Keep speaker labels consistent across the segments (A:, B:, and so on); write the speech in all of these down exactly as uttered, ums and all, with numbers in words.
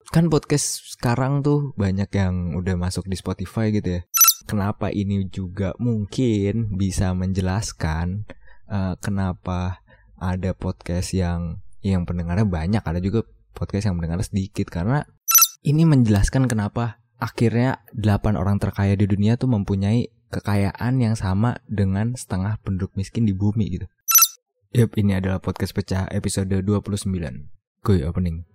A: kan podcast sekarang tuh banyak yang udah masuk di Spotify gitu ya. Kenapa ini juga mungkin bisa menjelaskan uh, kenapa ada podcast yang yang pendengarnya banyak, ada juga podcast yang pendengarnya sedikit. Karena ini menjelaskan kenapa akhirnya delapan orang terkaya di dunia tuh mempunyai kekayaan yang sama dengan setengah penduduk miskin di bumi gitu. Yap, ini adalah podcast pecah episode dua puluh sembilan. Gue opening.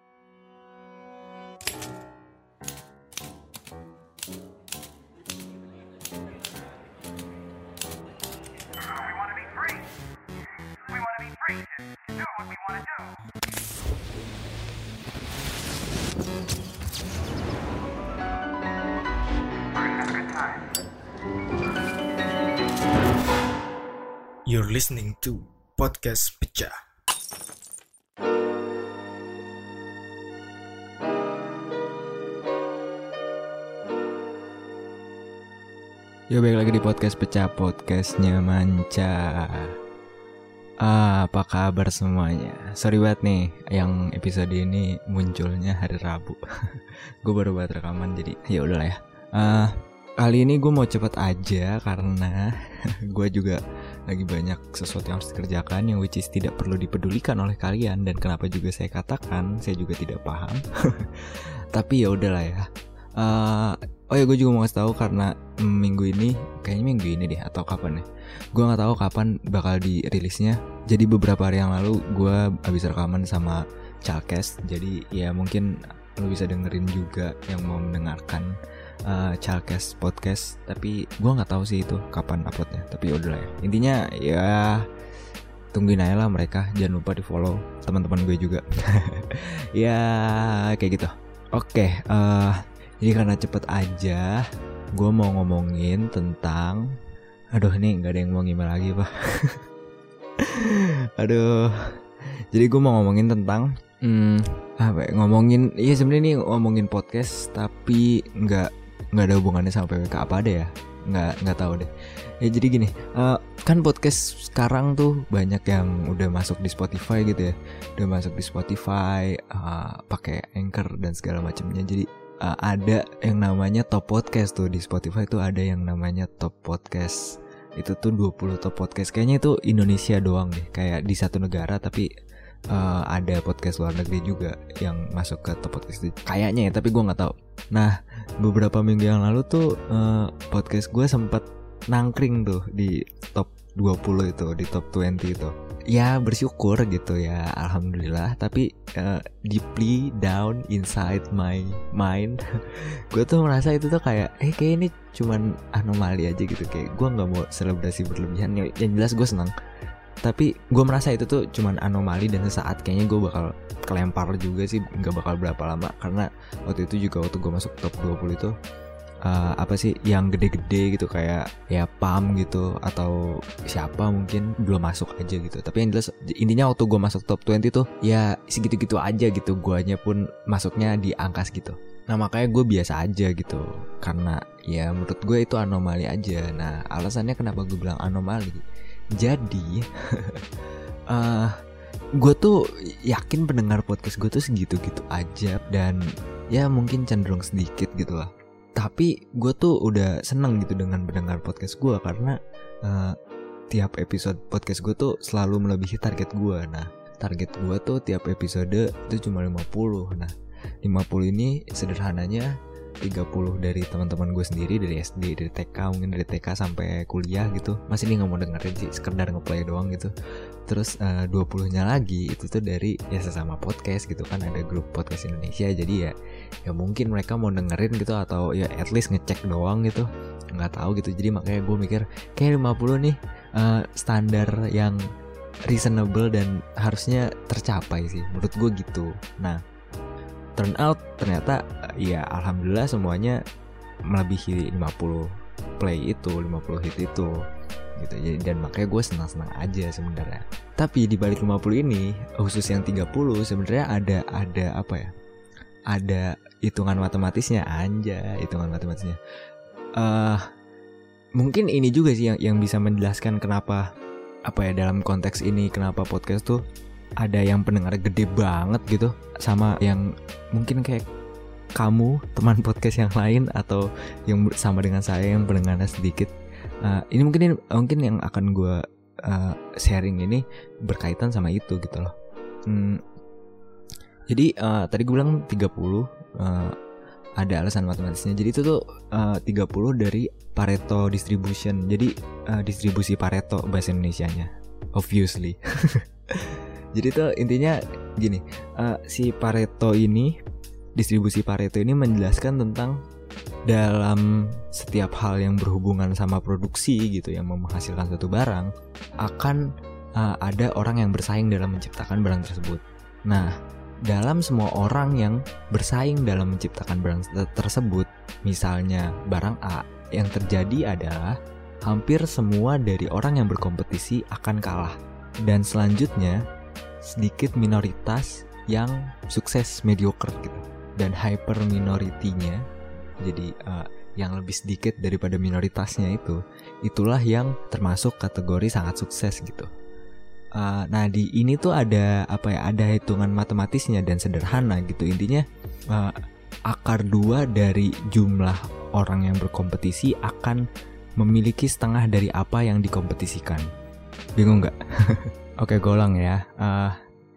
B: You're listening to Podcast Pecah.
A: Yo, balik lagi di Podcast Pecah, podcastnya Manca. Ah, apa kabar semuanya? Sorry banget nih, yang episode ini munculnya hari Rabu. Gue baru buat rekaman, jadi ya udahlah ya. Ah, kali ini gue mau cepet aja karena gue juga lagi banyak sesuatu yang harus dikerjakan yang which is tidak perlu dipedulikan oleh kalian, dan kenapa juga saya katakan saya juga tidak paham. Tapi ya udahlah ya. Uh, oh ya, gue juga mau ngasih tahu karena minggu ini, kayaknya minggu ini deh atau kapan ya, gue nggak tahu kapan bakal dirilisnya. Jadi beberapa hari yang lalu gue habis rekaman sama Chalkes, jadi ya mungkin lo bisa dengerin juga yang mau mendengarkan uh, Chalkes podcast. Tapi gue nggak tahu sih itu kapan uploadnya. Tapi yaudah lah ya. Intinya ya tungguin aja lah mereka. Jangan lupa di follow teman-teman gue juga. Ya kayak gitu. Oke. Uh, jadi karena cepet aja, gue mau ngomongin tentang. Aduh, ini nggak ada yang mau ngemail lagi pak. Aduh. Jadi gue mau ngomongin tentang. Hmm, apa ya, ngomongin, iya sebenarnya ini ngomongin podcast tapi nggak nggak ada hubungannya sama P W K, apa ada ya, nggak nggak tahu deh. Ya jadi gini, uh, kan podcast sekarang tuh banyak yang udah masuk di Spotify gitu ya, udah masuk di Spotify, uh, pakai Anchor dan segala macamnya. Jadi uh, ada yang namanya top podcast tuh di Spotify tuh, ada yang namanya top podcast. Itu tuh dua puluh top podcast. Kayaknya itu Indonesia doang deh, kayak di satu negara tapi Uh, ada podcast luar negeri juga yang masuk ke top podcast itu kayaknya ya, tapi gue nggak tahu. Nah, beberapa minggu yang lalu tuh uh, podcast gue sempat nangkring tuh di top dua puluh itu, di top dua puluh itu. Ya bersyukur gitu ya, alhamdulillah. Tapi uh, deeply down inside my mind, gue tuh merasa itu tuh kayak eh kayak ini cuman anomali aja gitu. Kayak gue nggak mau selebrasi berlebihan. Yang jelas gue senang. Tapi gue merasa itu tuh cuman anomali dan sesaat. Kayaknya gue bakal kelempar juga sih, gak bakal berapa lama. Karena waktu itu juga waktu gue masuk top dua puluh itu uh, apa sih yang gede-gede gitu, kayak ya Pam gitu atau siapa mungkin belum masuk aja gitu. Tapi yang jelas intinya waktu gue masuk top dua puluh tuh ya segitu-gitu aja gitu. Guanya pun masuknya di angka segitu. Nah makanya gue biasa aja gitu, karena ya menurut gue itu anomali aja. Nah alasannya kenapa gue bilang anomali, jadi uh, gue tuh yakin pendengar podcast gue tuh segitu-gitu aja, dan ya mungkin cenderung sedikit gitu lah. Tapi gue tuh udah seneng gitu dengan pendengar podcast gue, karena uh, tiap episode podcast gue tuh selalu melebihi target gue. Nah target gue tuh tiap episode itu cuma lima puluh. Nah lima puluh ini sederhananya tiga puluh dari teman-teman gue sendiri, dari S D, dari T K, mungkin dari T K sampai kuliah gitu. Masih nih gak mau dengerin sih, sekedar ngeplay doang gitu. Terus uh, dua puluh-nya lagi itu tuh dari ya sesama podcast gitu kan, ada grup podcast Indonesia. Jadi ya ya mungkin mereka mau dengerin gitu, atau ya at least ngecek doang gitu, gak tahu gitu. Jadi makanya gue mikir kayak lima puluh nih uh, standar yang reasonable dan harusnya tercapai sih, menurut gue gitu. Nah turn out ternyata ya alhamdulillah semuanya melebihi lima puluh play itu, lima puluh hit itu gitu. Jadi dan makanya gue senang-senang aja sebenarnya. Tapi di balik lima puluh ini, khusus yang tiga puluh sebenarnya ada ada apa ya? Ada hitungan matematisnya, anja, hitungan matematisnya. Uh, mungkin ini juga sih yang yang bisa menjelaskan kenapa apa ya dalam konteks ini kenapa podcast tuh ada yang pendengar gede banget gitu, sama yang mungkin kayak kamu teman podcast yang lain, atau yang sama dengan saya yang pendengarnya sedikit. Uh, ini mungkin mungkin yang akan gue uh, sharing ini berkaitan sama itu gitu loh. Hmm, jadi uh, tadi gue bilang tiga puluh, uh, ada alasan matematisnya. Jadi itu tuh uh, tiga puluh dari Pareto distribution. Jadi uh, distribusi Pareto bahasa Indonesianya, obviously. Jadi tuh intinya gini, uh, si Pareto ini, distribusi Pareto ini menjelaskan tentang dalam setiap hal yang berhubungan sama produksi gitu, yang menghasilkan suatu barang, akan uh, ada orang yang bersaing dalam menciptakan barang tersebut. Nah, dalam semua orang yang bersaing dalam menciptakan barang tersebut, misalnya barang A, yang terjadi adalah hampir semua dari orang yang berkompetisi akan kalah. Dan selanjutnya, sedikit minoritas yang sukses mediocre gitu. Dan hyper minoritinya, jadi uh, yang lebih sedikit daripada minoritasnya itu, itulah yang termasuk kategori sangat sukses gitu. Uh, nah di ini tuh ada apa ya, ada hitungan matematisnya dan sederhana gitu. Intinya uh, akar dua dari jumlah orang yang berkompetisi akan memiliki setengah dari apa yang dikompetisikan. Bingung gak? Oke, golang ya. uh,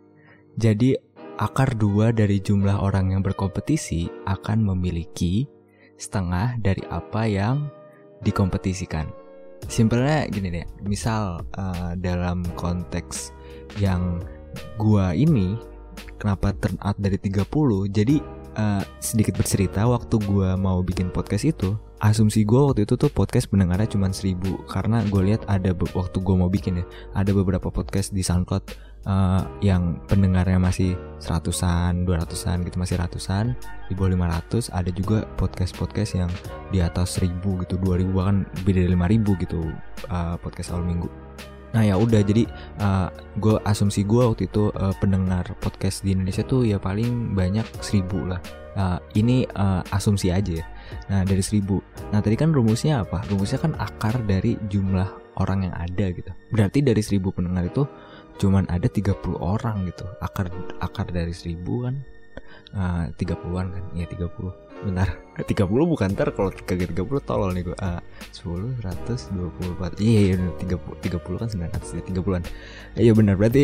A: Jadi akar dua dari jumlah orang yang berkompetisi akan memiliki setengah dari apa yang dikompetisikan. Simpelnya gini deh, misal uh, dalam konteks yang gua ini, kenapa turn out dari tiga puluh, jadi uh, sedikit bercerita, waktu gua mau bikin podcast itu, asumsi gua waktu itu tuh podcast pendengarnya cuma seribu. Karena gua lihat ada, be- waktu gua mau bikin ya, ada beberapa podcast di SoundCloud uh, yang pendengarnya masih seratusan, dua ratusan gitu, masih ratusan, di bawah lima ratus. Ada juga podcast-podcast yang di atas seribu gitu, dua ribu, bahkan lebih dari lima ribu gitu, uh, podcast awal minggu. Nah ya udah, jadi uh, gue asumsi gue waktu itu uh, pendengar podcast di Indonesia tuh ya paling banyak seribu lah. Uh, ini uh, asumsi aja ya. Nah dari seribu. Nah tadi kan rumusnya apa? Rumusnya kan akar dari jumlah orang yang ada gitu. Berarti dari seribu pendengar itu cuman ada tiga puluh orang gitu. Akar akar dari seribu kan uh, tiga puluhan kan? Iya tiga puluh. Bentar, tiga puluh bukan, ntar kalau kagak tiga puluh tolol nih gue. uh, sepuluh, seratus, dua puluh empat. Iya, iya, tiga puluh, tiga puluh kan sembilan ratus ya, tiga puluhan. Iya benar, berarti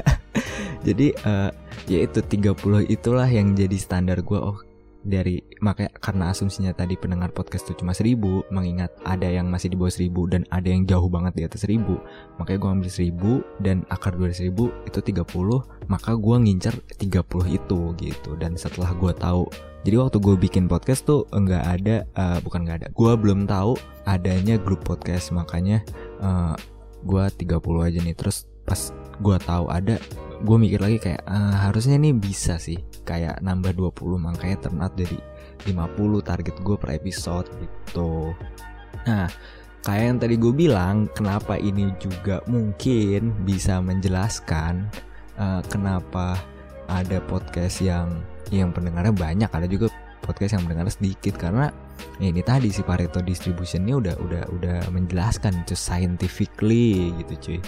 A: jadi uh, ya itu tiga puluh itulah yang jadi standar gue. Oh, dari makanya karena asumsinya tadi pendengar podcast itu cuma seribu, mengingat ada yang masih di bawah seribu dan ada yang jauh banget di atas seribu, makanya gue ambil seribu dan akar dua seribu itu tiga puluh, maka gue ngincer tiga puluh itu gitu. Dan setelah gue tahu, jadi waktu gue bikin podcast tuh nggak ada, uh, bukan nggak ada, gue belum tahu adanya grup podcast, makanya uh, gue tiga puluh aja nih. Terus pas gue tahu ada, gue mikir lagi kayak uh, harusnya nih bisa sih kayak nambah dua puluh, makanya turn out dari lima puluh target gue per episode gitu. Nah kayak yang tadi gue bilang, kenapa ini juga mungkin bisa menjelaskan uh, kenapa ada podcast yang yang pendengarnya banyak, ada juga podcast yang pendengarnya sedikit, karena ya ini tadi si Pareto distribution ini udah udah udah menjelaskan itu scientifically gitu cuy.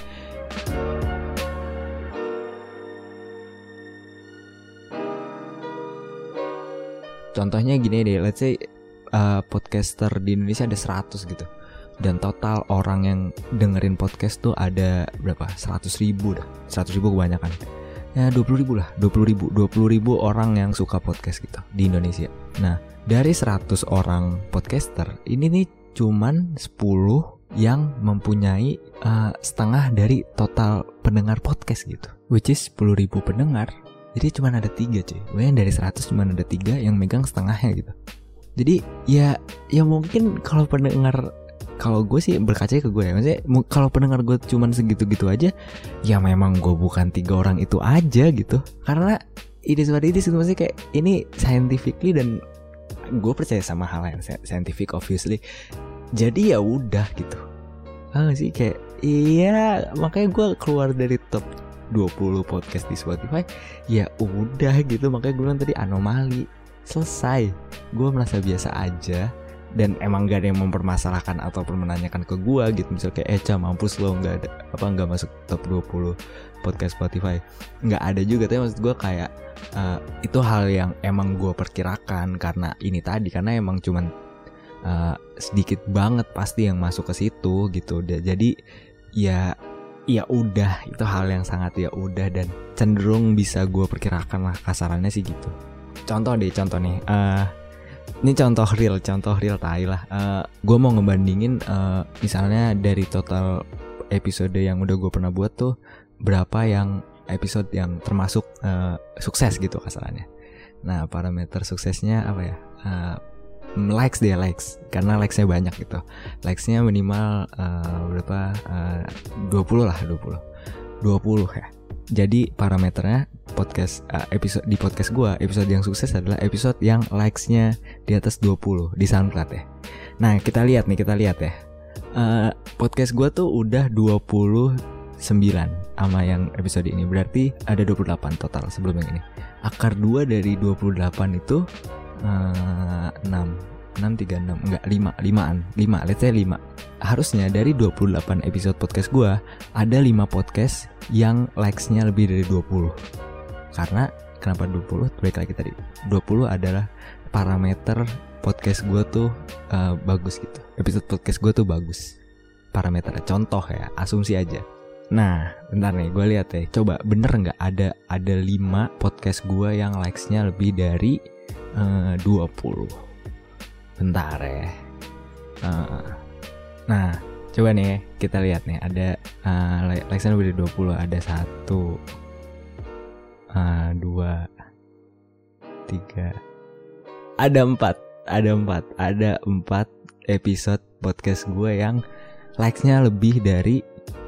A: Contohnya gini deh, let's say uh, podcaster di Indonesia ada seratus gitu, dan total orang yang dengerin podcast tuh ada berapa? seratus ribu dah, seratus ribu kebanyakan. Ya dua puluh ribu lah, dua puluh ribu, dua puluh ribu orang yang suka podcast gitu di Indonesia. Nah dari seratus orang podcaster ini nih cuman sepuluh yang mempunyai uh, setengah dari total pendengar podcast gitu, which is sepuluh ribu pendengar. Jadi cuma ada tiga cuy. Bayangin dari seratus cuma ada tiga yang megang setengahnya gitu. Jadi ya ya mungkin kalau pendengar, kalau gue sih berkaca ke gue ya, maksudnya kalau pendengar gue cuma segitu-gitu aja, ya memang gue bukan tiga orang itu aja gitu. Karena ini seperti itu, maksudnya kayak ini scientifically, dan gue percaya sama hal yang scientific obviously. Jadi ya udah gitu. Ah sih kayak iya, makanya gue keluar dari top dua puluh podcast di Spotify. Ya udah gitu, makanya gue bilang tadi anomali. Selesai. Gue merasa biasa aja dan emang gak ada yang mempermasalahkan ataupun menanyakan ke gue gitu, misalnya kayak Eca mampus lo nggak ada apa nggak masuk top dua puluh podcast Spotify, nggak ada juga. Tapi maksud gue kayak uh, itu hal yang emang gue perkirakan karena ini tadi, karena emang cuman uh, sedikit banget pasti yang masuk ke situ gitu. Jadi ya ya udah, itu hal yang sangat ya udah dan cenderung bisa gue perkirakan lah, kasarannya sih gitu. Contoh deh, contoh nih. Uh, Ini contoh real, contoh real tai lah. Uh, gue mau ngebandingin uh, misalnya dari total episode yang udah gue pernah buat tuh, berapa yang episode yang termasuk uh, sukses gitu kasarannya. Nah parameter suksesnya apa ya? Uh, likes dia likes, karena likesnya banyak gitu. Likesnya minimal uh, berapa? Uh, dua puluh lah, dua puluh dua puluh ya. Jadi parameternya podcast uh, episode di podcast gue, episode yang sukses adalah episode yang likes-nya di atas dua puluh di SoundCloud ya. Nah kita lihat nih, kita lihat ya. Uh, podcast gue tuh udah dua puluh sembilan sama yang episode ini. Berarti ada dua puluh delapan total sebelum yang ini. Akar dua dari dua puluh delapan itu uh, enam, enam, tiga, enam, enggak, lima, limaan, lima, let's say lima. Harusnya dari dua puluh delapan episode podcast gue ada lima podcast yang likes-nya lebih dari dua puluh. Karena kenapa dua puluh? Balik lagi tadi, dua puluh adalah parameter podcast gue tuh uh, bagus gitu. Episode podcast gue tuh bagus parameternya. Contoh ya, asumsi aja. Nah bentar nih, gue lihat ya, coba bener gak ada ada lima podcast gue yang likes-nya lebih dari uh, dua puluh. Bentar ya. uh, Nah coba nih kita lihat nih, ada uh, likes-nya lebih dari dua puluh. Ada satu, uh, dua, tiga, ada empat, ada empat, ada empat episode podcast gue yang likes-nya lebih dari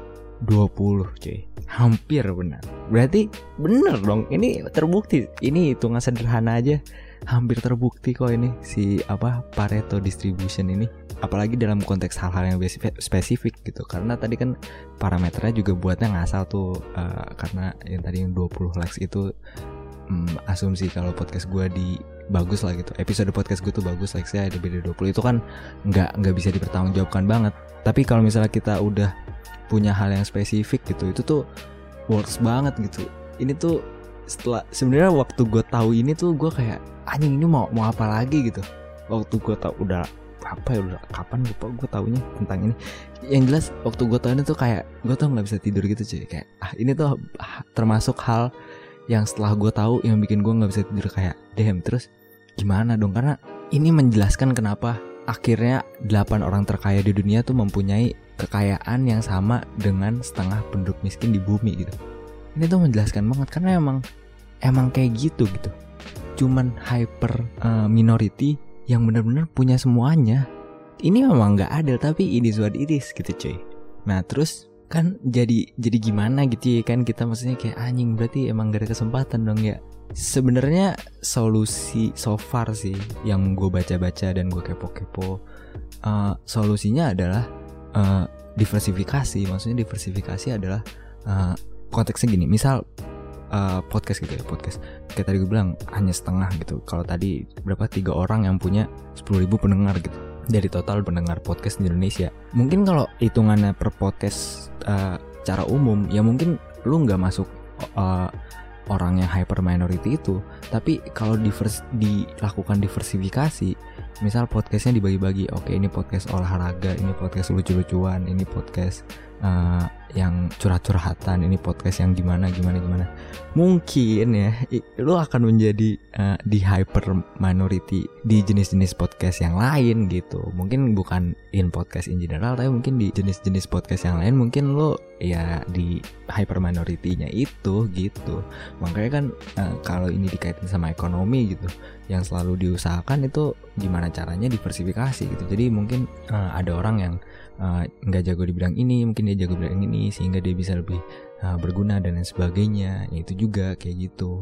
A: dua puluh cuy. Hampir benar. Berarti bener dong, ini terbukti. Ini hitungan sederhana aja hampir terbukti kok ini si apa Pareto distribution ini. Apalagi dalam konteks hal-hal yang spesifik gitu. Karena tadi kan parameternya juga buatnya ngasal tuh, uh, karena yang tadi yang dua puluh likes itu um, asumsi kalau podcast gue di bagus lah gitu. Episode podcast gue tuh bagus, likesnya lebih dari dua puluh. Itu kan nggak nggak bisa dipertanggungjawabkan banget. Tapi kalau misalnya kita udah punya hal yang spesifik gitu, itu tuh works banget gitu. Ini tuh setelah sebenarnya waktu gue tahu ini tuh gue kayak anjing, ini mau mau apa lagi gitu. Waktu gue tahu udah apa ya, udah kapan lupa gue taunya tentang ini. Yang jelas waktu gue tahu ini tuh kayak gue tuh nggak bisa tidur gitu cuy. Kayak ah ini tuh ah, termasuk hal yang setelah gue tahu yang bikin gue nggak bisa tidur, kayak damn. Terus gimana dong, karena ini menjelaskan kenapa akhirnya delapan orang terkaya di dunia tuh mempunyai kekayaan yang sama dengan setengah penduduk miskin di bumi gitu. Ini tuh menjelaskan banget karena emang emang kayak gitu gitu. Cuman hyper uh, minority yang benar-benar punya semuanya. Ini memang nggak adil, tapi it is what it is gitu cuy. Nah terus kan jadi jadi gimana gitu ya kan, kita maksudnya kayak anjing, berarti emang gak ada kesempatan dong ya. Sebenarnya solusi so far sih yang gue baca-baca dan gue kepo-kepo, uh, solusinya adalah uh, diversifikasi. Maksudnya diversifikasi adalah uh, konteksnya gini, misal uh, podcast gitu ya, podcast kayak tadi gue bilang hanya setengah gitu. Kalau tadi berapa, tiga orang yang punya sepuluh ribu pendengar gitu dari total pendengar podcast di Indonesia. Mungkin kalau hitungannya per podcast uh, cara umum ya mungkin lu gak masuk uh, orang yang hyper minority itu. Tapi kalau divers, dilakukan diversifikasi, misal podcastnya dibagi-bagi, oke ini podcast olahraga, ini podcast lucu-lucuan, ini podcast uh, yang curhat-curhatan, ini podcast yang gimana gimana gimana. Mungkin ya lu akan menjadi uh, di hyper minority di jenis-jenis podcast yang lain gitu. Mungkin bukan in podcast in general, tapi mungkin di jenis-jenis podcast yang lain mungkin lu ya di hyper minority-nya itu gitu. Makanya kan uh, kalau ini dikaitin sama ekonomi gitu, yang selalu diusahakan itu gimana caranya diversifikasi gitu. Jadi mungkin uh, ada orang yang nggak uh, jago di bidang ini, mungkin dia jago di bidang ini sehingga dia bisa lebih uh, berguna dan lain sebagainya. Ya, itu juga kayak gitu.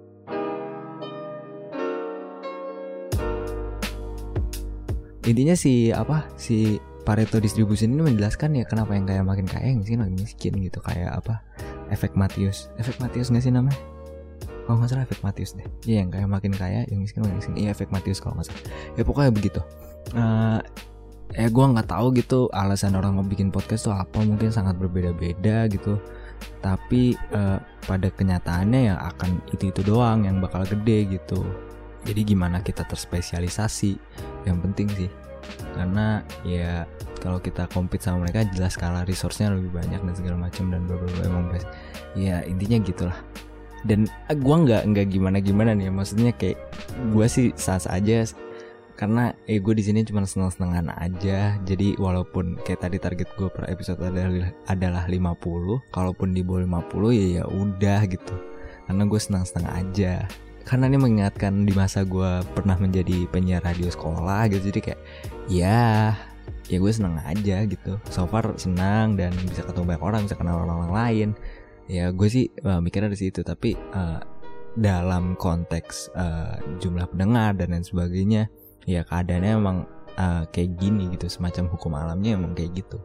A: Intinya si apa si Pareto distribution ini menjelaskan ya kenapa yang kaya makin kaya, yang miskin makin miskin gitu. Kayak apa, efek Matius, efek Matius nggak sih namanya? Kalau nggak salah efek Matius deh. Iya, yang kaya makin kaya, yang miskin makin miskin. Iya, efek Matius kalau nggak salah. Ya pokoknya begitu. Uh, eh gue nggak tahu gitu alasan orang mau bikin podcast tuh apa, mungkin sangat berbeda-beda gitu. Tapi uh, pada kenyataannya ya akan itu-itu doang yang bakal gede gitu. Jadi gimana kita terspesialisasi yang penting sih. Karena ya kalau kita compete sama mereka jelas skala resource-nya lebih banyak dan segala macam dan bla bla bla, emang best. Ya intinya gitulah. Dan uh, gue nggak nggak gimana-gimana nih, maksudnya kayak gue sih sah aja. Karena eh gue di sini cuma seneng-senengan aja. Jadi walaupun kayak tadi target gue per episode adalah adalah lima puluh, kalaupun di bawah lima puluh ya ya udah gitu. Karena gue senang-senang aja. Karena ini mengingatkan di masa gue pernah menjadi penyiar radio sekolah gitu. Jadi kayak ya ya gue senang aja gitu. So far senang dan bisa ketemu banyak orang, bisa kenal orang-orang lain. Ya gue sih uh, mikirnya dari situ. Tapi uh, dalam konteks uh, jumlah pendengar dan lain sebagainya, ya keadaannya emang uh, kayak gini gitu, semacam hukum alamnya emang kayak gitu.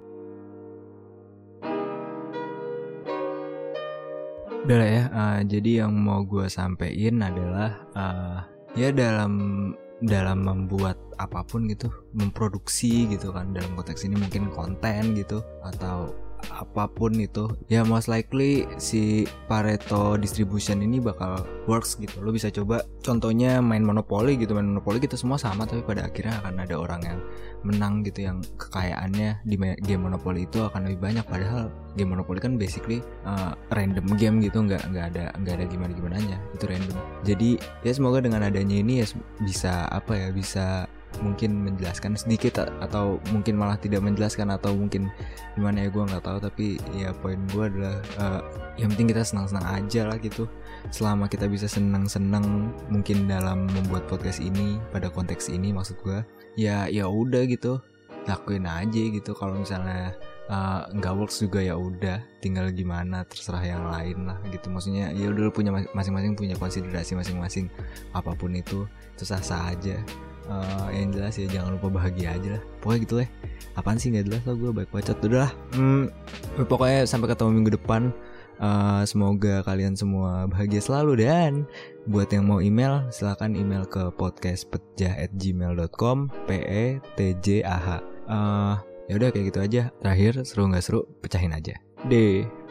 A: Udah lah ya, uh, jadi yang mau gue sampein adalah uh, ya dalam dalam membuat apapun gitu, memproduksi gitu kan, dalam konteks ini mungkin konten gitu atau apapun itu, ya most likely si Pareto distribution ini bakal works gitu. Lo bisa coba contohnya main Monopoly gitu. Main Monopoly kita semua sama, tapi pada akhirnya akan ada orang yang menang gitu, yang kekayaannya di game Monopoly itu akan lebih banyak. Padahal game Monopoly kan basically uh, random game gitu, nggak nggak ada nggak ada gimana gimananya, itu random. Jadi ya semoga dengan adanya ini ya bisa apa ya bisa mungkin menjelaskan sedikit, atau mungkin malah tidak menjelaskan, atau mungkin gimana ya gue nggak tahu. Tapi ya poin gue adalah uh, yang penting kita senang-senang aja lah gitu. Selama kita bisa senang-senang mungkin dalam membuat podcast ini, pada konteks ini maksud gue, ya ya udah gitu, lakuin aja gitu. Kalau misalnya nggak uh, works juga ya udah, tinggal gimana terserah yang lain lah gitu. Maksudnya ya udah punya masing-masing punya konsiderasi masing-masing, apapun itu itu sah-sah aja. Uh, yang jelas ya jangan lupa bahagia aja lah. Pokoknya gitu lah. Apaan sih gak jelas lah gue baik bacot. Udah lah. Hmm, pokoknya sampai ketemu minggu depan. uh, Semoga kalian semua bahagia selalu. Dan buat yang mau email, silakan email ke podcastpetjah at gmail dot com. P E T J A H. uh, Ya udah kayak gitu aja. Terakhir, seru gak seru pecahin aja. Deh.